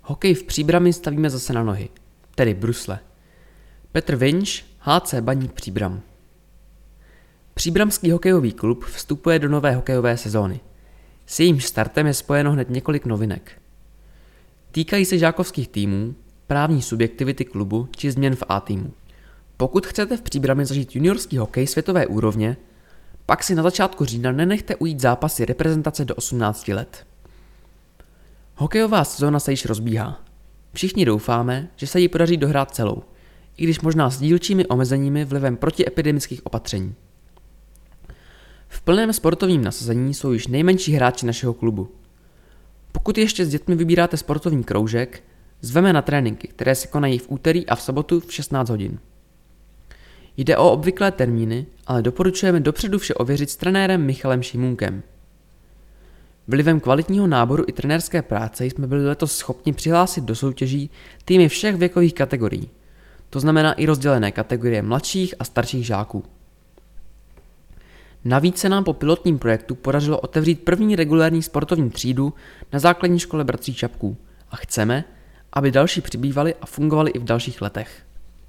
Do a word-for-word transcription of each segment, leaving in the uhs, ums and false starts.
Hokej v Příbrami stavíme zase na nohy, tedy brusle. Petr Vinč, H C Baník Příbram. Příbramský hokejový klub vstupuje do nové hokejové sezóny. S jejímž startem je spojeno hned několik novinek. Týkají se žákovských týmů, právní subjektivity klubu či změn v A týmu. Pokud chcete v Příbrami zažít juniorský hokej světové úrovně, pak si na začátku října nenechte ujít zápasy reprezentace do osmnácti let. Hokejová sezóna se již rozbíhá. Všichni doufáme, že se jí podaří dohrát celou, i když možná s dílčími omezeními vlivem protiepidemických opatření. V plném sportovním nasazení jsou již nejmenší hráči našeho klubu. Pokud ještě s dětmi vybíráte sportovní kroužek, zveme na tréninky, které se konají v úterý a v sobotu v šestnáct hodin. Jde o obvyklé termíny, ale doporučujeme dopředu vše ověřit s trenérem Michalem Šimůnkem. Vlivem kvalitního náboru i trenérské práce jsme byli letos schopni přihlásit do soutěží týmy všech věkových kategorií, to znamená i rozdělené kategorie mladších a starších žáků. Navíc se nám po pilotním projektu podařilo otevřít první regulární sportovní třídu na základní škole Bratří Čapků a chceme, aby další přibývali a fungovali i v dalších letech.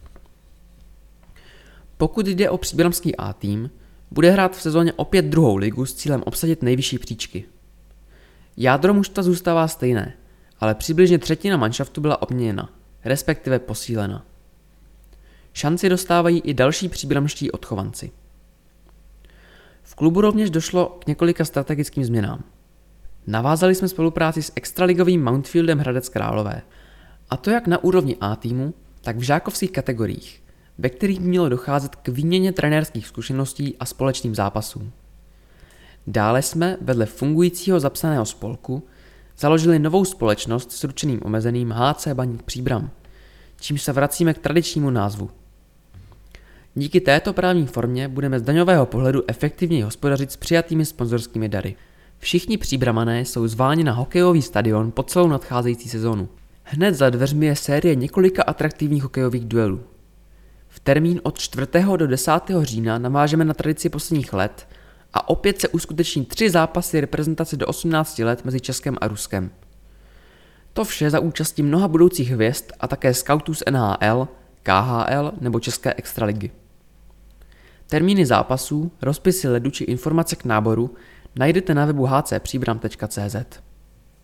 Pokud jde o příbramský A tým, bude hrát v sezóně opět druhou ligu s cílem obsadit nejvyšší příčky. Jádro mužstva zůstává stejné, ale přibližně třetina manšaftu byla obměněna, respektive posílena. Šanci dostávají i další příbramští odchovanci. V klubu rovněž došlo k několika strategickým změnám. Navázali jsme spolupráci s extraligovým Mountfieldem Hradec Králové, a to jak na úrovni A týmu, tak v žákovských kategoriích, ve kterých mělo docházet k výměně trenérských zkušeností a společným zápasům. Dále jsme vedle fungujícího zapsaného spolku založili novou společnost s ručeným omezeným H C Baník Příbram, čímž se vracíme k tradičnímu názvu. Díky této právní formě budeme z daňového pohledu efektivněji hospodařit s přijatými sponzorskými dary. Všichni Příbramané jsou zváni na hokejový stadion po celou nadcházející sezónu. Hned za dveřmi je série několika atraktivních hokejových duelů. V termín od čtvrtého do desátého října navážeme na tradici posledních let a opět se uskuteční tři zápasy reprezentace do osmnácti let mezi Českem a Ruskem. To vše za účastí mnoha budoucích hvězd a také skautů z N H L, K H L nebo České extraligy. Termíny zápasů, rozpisy ledu či informace k náboru najdete na webu h c příbram tečka c z.